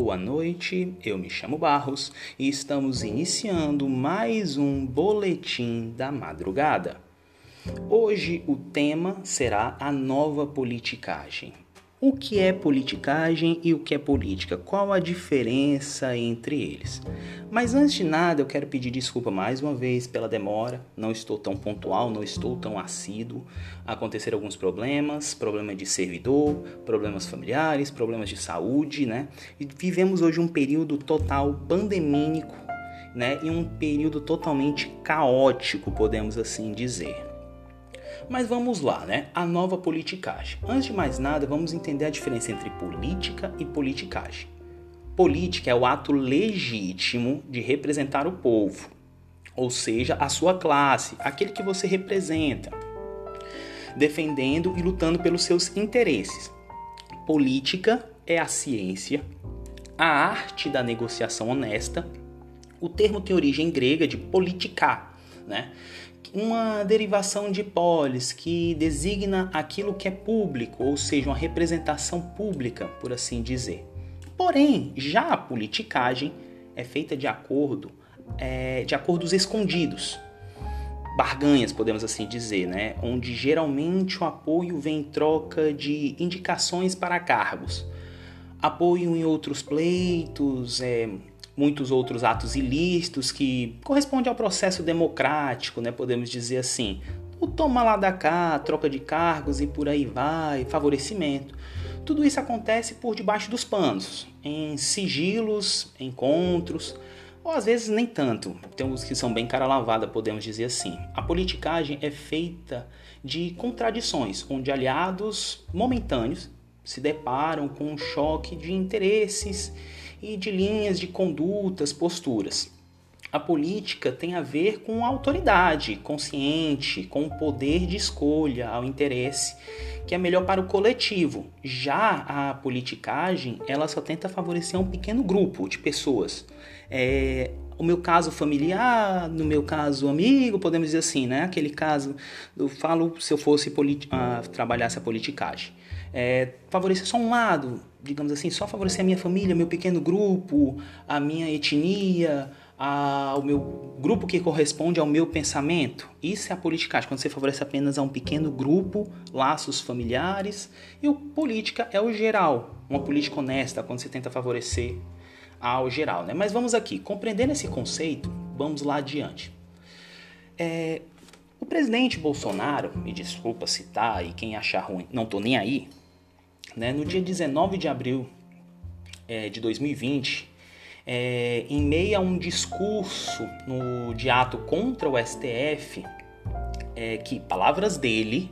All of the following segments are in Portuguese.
boa noite, eu me chamo Barros e estamos iniciando mais um Boletim da Madrugada. Hoje o tema será a nova politicagem. O que é politicagem e o que é política? Qual a diferença entre eles? Mas antes de nada, eu quero pedir desculpa mais uma vez pela demora. Não estou tão pontual, não estou tão assíduo. Aconteceram alguns problemas de servidor, problemas familiares, problemas de saúde, né? E vivemos hoje um período total pandemínico, né? E um período totalmente caótico, podemos assim dizer. Mas vamos lá, né? A nova politicagem. Antes de mais nada, vamos entender a diferença entre política e politicagem. Política é o ato legítimo de representar o povo, ou seja, a sua classe, aquele que você representa, defendendo e lutando pelos seus interesses. Política é a ciência, a arte da negociação honesta. O termo tem origem grega de politicar, né? Uma derivação de polis, que designa aquilo que é público, ou seja, uma representação pública, por assim dizer. Porém, já a politicagem é feita de acordos escondidos, barganhas, podemos assim dizer, né? Onde geralmente o apoio vem em troca de indicações para cargos, apoio em outros pleitos, muitos outros atos ilícitos que correspondem ao processo democrático, né? Podemos dizer assim, o toma lá da cá, troca de cargos e por aí vai, favorecimento. Tudo isso acontece por debaixo dos panos, em sigilos, encontros, ou às vezes nem tanto. Tem uns que são bem cara lavada, podemos dizer assim. A politicagem é feita de contradições, onde aliados momentâneos se deparam com um choque de interesses e de linhas de condutas, posturas. A política tem a ver com a autoridade consciente, com o poder de escolha, ao interesse, que é melhor para o coletivo. Já a politicagem, ela só tenta favorecer um pequeno grupo de pessoas. O meu caso familiar, no meu caso amigo, podemos dizer assim, né? Aquele caso, eu falo se eu fosse trabalhasse a politicagem. Favorecer só um lado, digamos assim, só favorecer a minha família, meu pequeno grupo, a minha etnia, o meu grupo que corresponde ao meu pensamento. Isso é a politicagem, quando você favorece apenas a um pequeno grupo, laços familiares. E o política é o geral, uma política honesta, quando você tenta favorecer ao geral, né? Mas vamos aqui, compreendendo esse conceito, vamos lá adiante. O presidente Bolsonaro, me desculpa citar, e quem achar ruim, não tô nem aí, né? No dia 19 de abril de 2020, em meio a um discurso de ato contra o STF, que palavras dele,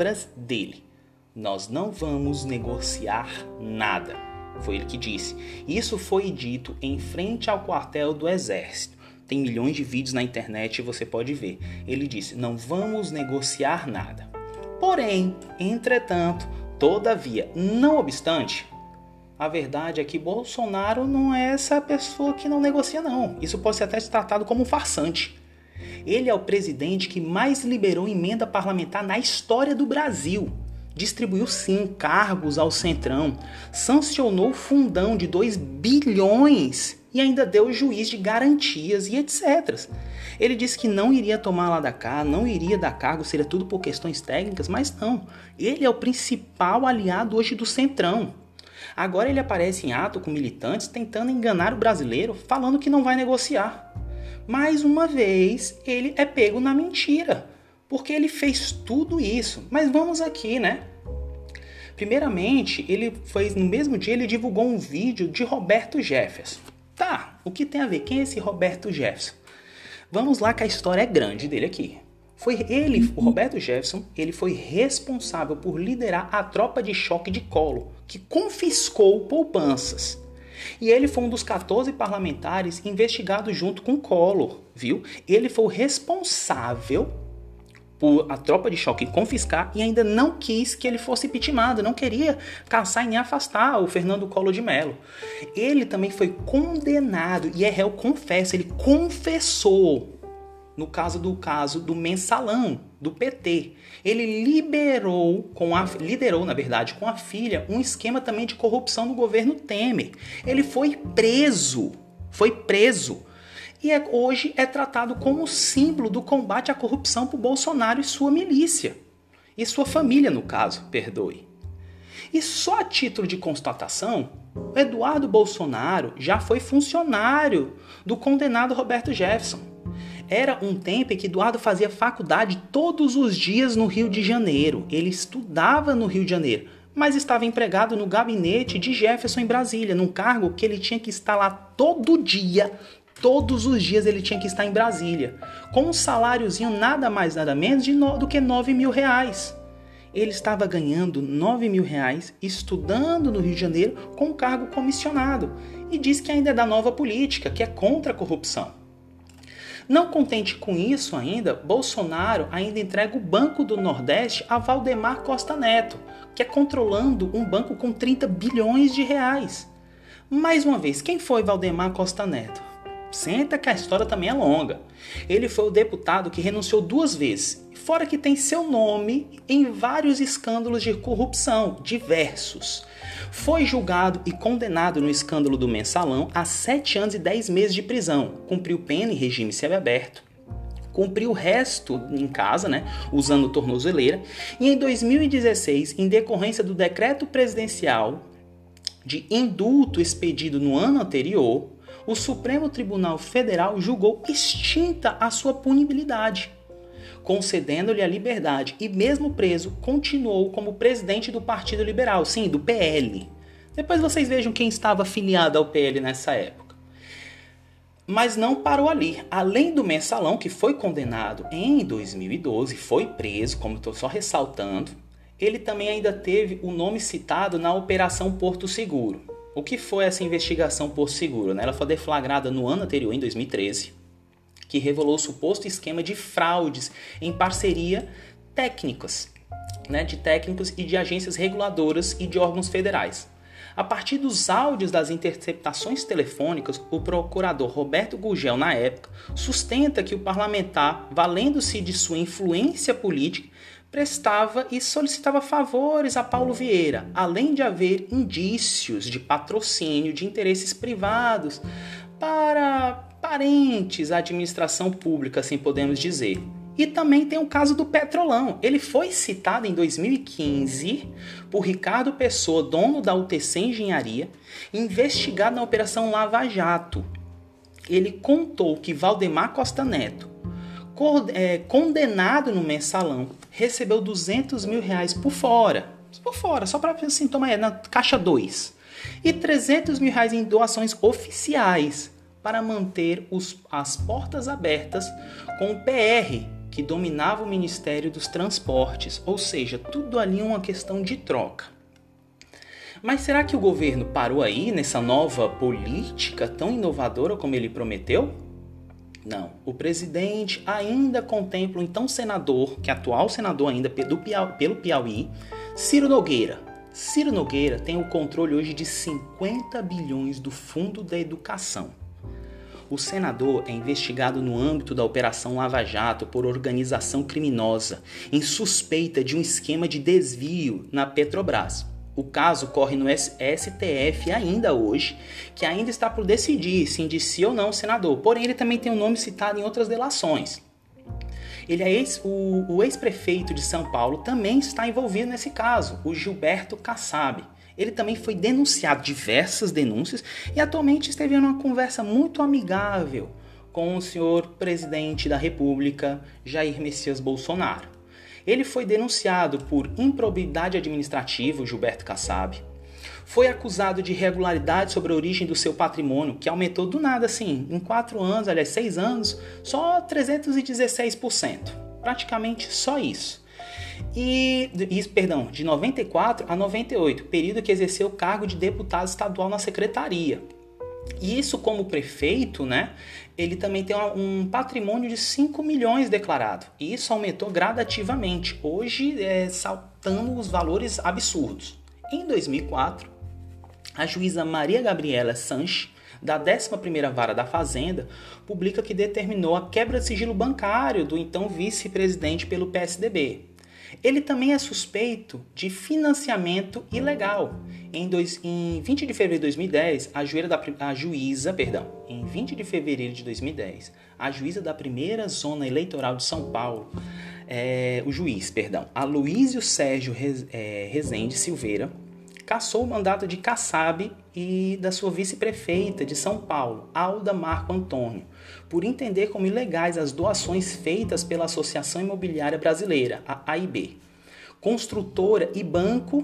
nós não vamos negociar nada, foi ele que disse. Isso foi dito em frente ao quartel do Exército. Tem milhões de vídeos na internet e você pode ver. Ele disse, não vamos negociar nada. Porém, entretanto, todavia, não obstante, a verdade é que Bolsonaro não é essa pessoa que não negocia, não. Isso pode ser até tratado como um farsante. Ele é o presidente que mais liberou emenda parlamentar na história do Brasil. Distribuiu, sim, cargos ao Centrão. Sancionou o fundão de 2 bilhões e ainda deu juiz de garantias e etc. Ele disse que não iria tomar lá da cá, não iria dar cargo, seria tudo por questões técnicas, mas não. Ele é o principal aliado hoje do Centrão. Agora ele aparece em ato com militantes tentando enganar o brasileiro, falando que não vai negociar. Mais uma vez, ele é pego na mentira, porque ele fez tudo isso. Mas vamos aqui, né? Primeiramente, no mesmo dia, ele divulgou um vídeo de Roberto Jefferson. Tá, o que tem a ver? Quem é esse Roberto Jefferson? Vamos lá que a história é grande dele aqui. O Roberto Jefferson, ele foi responsável por liderar a tropa de choque de Collor, que confiscou poupanças. E ele foi um dos 14 parlamentares investigados junto com Collor, viu? Ele foi o responsável por a tropa de choque confiscar e ainda não quis que ele fosse impeachmentado, não queria caçar e nem afastar o Fernando Collor de Mello. Ele também foi condenado e é réu confesso, ele confessou no caso do Mensalão, do PT. Ele liderou, na verdade, com a filha, um esquema também de corrupção no governo Temer. Ele foi preso. E hoje é tratado como símbolo do combate à corrupção por Bolsonaro e sua milícia. E sua família, no caso, perdoe. E só a título de constatação, Eduardo Bolsonaro já foi funcionário do condenado Roberto Jefferson. Era um tempo em que Eduardo fazia faculdade todos os dias no Rio de Janeiro. Ele estudava no Rio de Janeiro, mas estava empregado no gabinete de Jefferson em Brasília, num cargo que ele tinha que estar lá todo dia. Todos os dias ele tinha que estar em Brasília, com um saláriozinho nada mais nada menos do que R$9.000. Ele estava ganhando R$9.000 estudando no Rio de Janeiro com um cargo comissionado e diz que ainda é da nova política, que é contra a corrupção. Não contente com isso ainda, Bolsonaro ainda entrega o Banco do Nordeste a Valdemar Costa Neto, que é controlando um banco com R$30 bilhões. Mais uma vez, quem foi Valdemar Costa Neto? Senta que a história também é longa. Ele foi o deputado que renunciou 2 vezes, fora que tem seu nome em vários escândalos de corrupção, diversos. Foi julgado e condenado no escândalo do Mensalão a 7 anos e 10 meses de prisão. Cumpriu pena em regime semiaberto. Cumpriu o resto em casa, usando tornozeleira. E em 2016, em decorrência do decreto presidencial de indulto expedido no ano anterior, o Supremo Tribunal Federal julgou extinta a sua punibilidade, concedendo-lhe a liberdade e, mesmo preso, continuou como presidente do Partido Liberal, sim, do PL. Depois vocês vejam quem estava afiliado ao PL nessa época. Mas não parou ali. Além do Mensalão, que foi condenado em 2012, foi preso, como estou só ressaltando, ele também ainda teve o nome citado na Operação Porto Seguro. O que foi essa investigação Porto Seguro? Ela foi deflagrada no ano anterior, em 2013, que revelou o suposto esquema de fraudes em parceria técnicas, de técnicos e de agências reguladoras e de órgãos federais. A partir dos áudios das interceptações telefônicas, o procurador Roberto Gugel, na época, sustenta que o parlamentar, valendo-se de sua influência política, prestava e solicitava favores a Paulo Vieira, além de haver indícios de patrocínio de interesses privados para parentes à administração pública, assim podemos dizer. E também tem o caso do Petrolão. Ele foi citado em 2015 por Ricardo Pessoa, dono da UTC Engenharia, investigado na Operação Lava Jato. Ele contou que Valdemar Costa Neto, condenado no Mensalão, recebeu R$200 mil por fora, só para sintoma na caixa 2, e R$300 mil em doações oficiais para manter as portas abertas com o PR, que dominava o Ministério dos Transportes, ou seja, tudo ali uma questão de troca. Mas será que o governo parou aí nessa nova política tão inovadora como ele prometeu? Não, o presidente ainda contempla o então senador, que é atual senador ainda pelo Piauí, Ciro Nogueira. Ciro Nogueira tem o controle hoje de 50 bilhões do Fundo da Educação. O senador é investigado no âmbito da Operação Lava Jato por organização criminosa, em suspeita de um esquema de desvio na Petrobras. O caso corre no STF ainda hoje, que ainda está por decidir se indicia ou não o senador. Porém, ele também tem um nome citado em outras delações. Ele é o ex-prefeito de São Paulo também está envolvido nesse caso, o Gilberto Kassab. Ele também foi denunciado, diversas denúncias, e atualmente esteve em uma conversa muito amigável com o senhor presidente da República, Jair Messias Bolsonaro. Ele foi denunciado por improbidade administrativa, o Gilberto Kassab. Foi acusado de irregularidade sobre a origem do seu patrimônio, que aumentou do nada, assim, em 6 anos, só 316%. Praticamente só isso. De 94 a 98, período que exerceu o cargo de deputado estadual na secretaria. E isso, como prefeito, ele também tem um patrimônio de 5 milhões declarado. E isso aumentou gradativamente, hoje saltando os valores absurdos. Em 2004, A juíza Maria Gabriela Sanches, da 11ª Vara da Fazenda, publica que determinou a quebra de sigilo bancário do então vice-presidente pelo PSDB. Ele também é suspeito de financiamento ilegal. Em 20 de fevereiro de 2010, em 20 de fevereiro de 2010, a juíza da primeira zona eleitoral de São Paulo, Aloísio Sérgio Rezende Silveira, cassou o mandato de Kassab e da sua vice-prefeita de São Paulo, Alda Marco Antônio, por entender como ilegais as doações feitas pela Associação Imobiliária Brasileira, a AIB, construtora e banco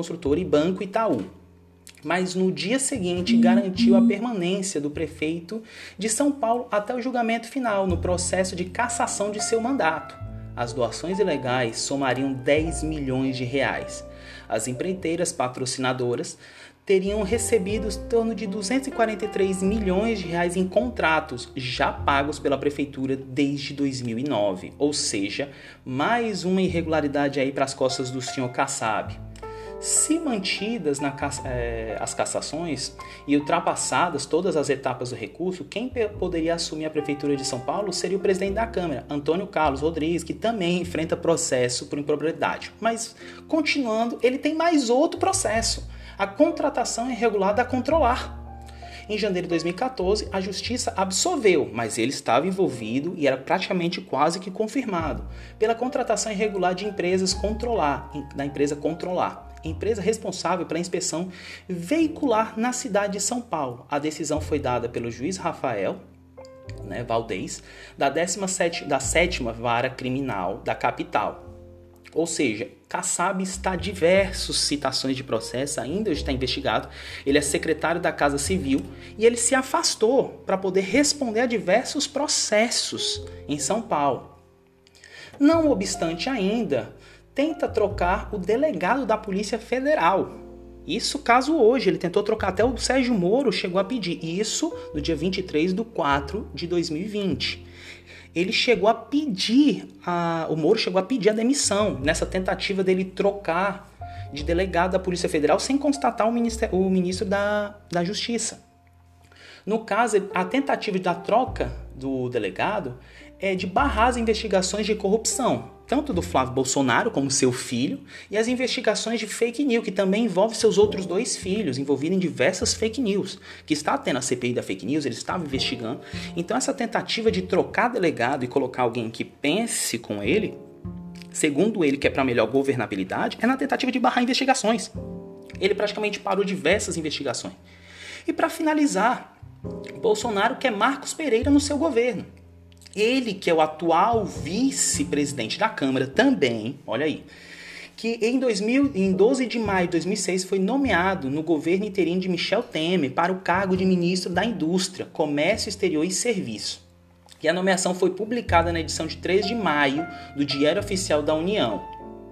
Itaú. Mas no dia seguinte garantiu a permanência do prefeito de São Paulo até o julgamento final no processo de cassação de seu mandato. As doações ilegais somariam 10 milhões de reais. As empreiteiras patrocinadoras teriam recebido em torno de 243 milhões de reais em contratos já pagos pela prefeitura desde 2009. Ou seja, mais uma irregularidade aí para as costas do senhor Kassab. Se mantidas as cassações e ultrapassadas todas as etapas do recurso, quem poderia assumir a Prefeitura de São Paulo seria o presidente da Câmara, Antônio Carlos Rodrigues, que também enfrenta processo por improbidade. Mas, continuando, ele tem mais outro processo, a contratação irregular da Controlar. Em janeiro de 2014, a Justiça absolveu, mas ele estava envolvido e era praticamente quase que confirmado, pela contratação irregular de da empresa Controlar, empresa responsável pela inspeção veicular na cidade de São Paulo. A decisão foi dada pelo juiz Rafael Valdez, da 7ª Vara Criminal da capital. Ou seja, Kassab está diversas citações de processo, ainda hoje está investigado. Ele é secretário da Casa Civil e ele se afastou para poder responder a diversos processos em São Paulo. Não obstante ainda, tenta trocar o delegado da Polícia Federal. Isso caso hoje, ele tentou trocar, até o Sérgio Moro chegou a pedir. Isso no dia 23 de 4 de 2020. Ele chegou a pedir, o Moro chegou a pedir a demissão nessa tentativa dele trocar de delegado da Polícia Federal sem constatar o ministro da Justiça. No caso, a tentativa da troca do delegado é de barrar as investigações de corrupção, tanto do Flávio Bolsonaro como seu filho, e as investigações de fake news, que também envolve seus outros 2 filhos, envolvidos em diversas fake news, que está tendo a CPI da fake news, ele estava investigando. Então essa tentativa de trocar delegado e colocar alguém que pense com ele, segundo ele, que é para melhor governabilidade, é na tentativa de barrar investigações. Ele praticamente parou diversas investigações. E para finalizar, Bolsonaro quer Marcos Pereira no seu governo. Ele, que é o atual vice-presidente da Câmara também, olha aí, que em 12 de maio de 2006 foi nomeado no governo interino de Michel Temer para o cargo de ministro da Indústria, Comércio Exterior e Serviço. E a nomeação foi publicada na edição de 3 de maio do Diário Oficial da União.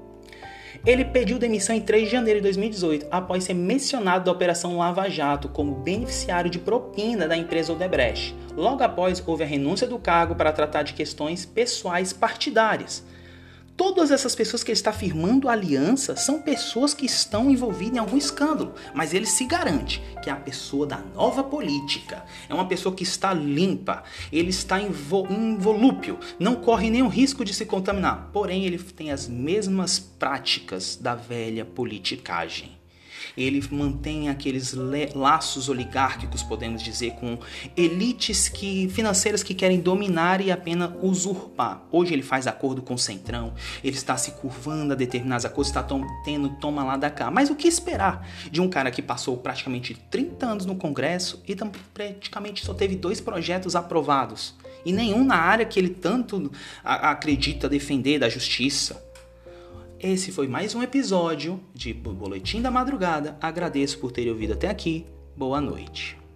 Ele pediu demissão em 3 de janeiro de 2018, após ser mencionado da Operação Lava Jato como beneficiário de propina da empresa Odebrecht. Logo após, houve a renúncia do cargo para tratar de questões pessoais partidárias. Todas essas pessoas que ele está firmando aliança são pessoas que estão envolvidas em algum escândalo, mas ele se garante que é a pessoa da nova política, é uma pessoa que está limpa, ele está involúpio, não corre nenhum risco de se contaminar, porém ele tem as mesmas práticas da velha politicagem. Ele mantém aqueles laços oligárquicos, podemos dizer, com elites financeiras que querem dominar e apenas usurpar. Hoje ele faz acordo com o Centrão, ele está se curvando a determinadas acordos, está tendo toma lá da cá. Mas o que esperar de um cara que passou praticamente 30 anos no Congresso e praticamente só teve 2 projetos aprovados? E nenhum na área que ele tanto acredita defender, da justiça. Esse foi mais um episódio de Boletim da Madrugada. Agradeço por ter ouvido até aqui. Boa noite.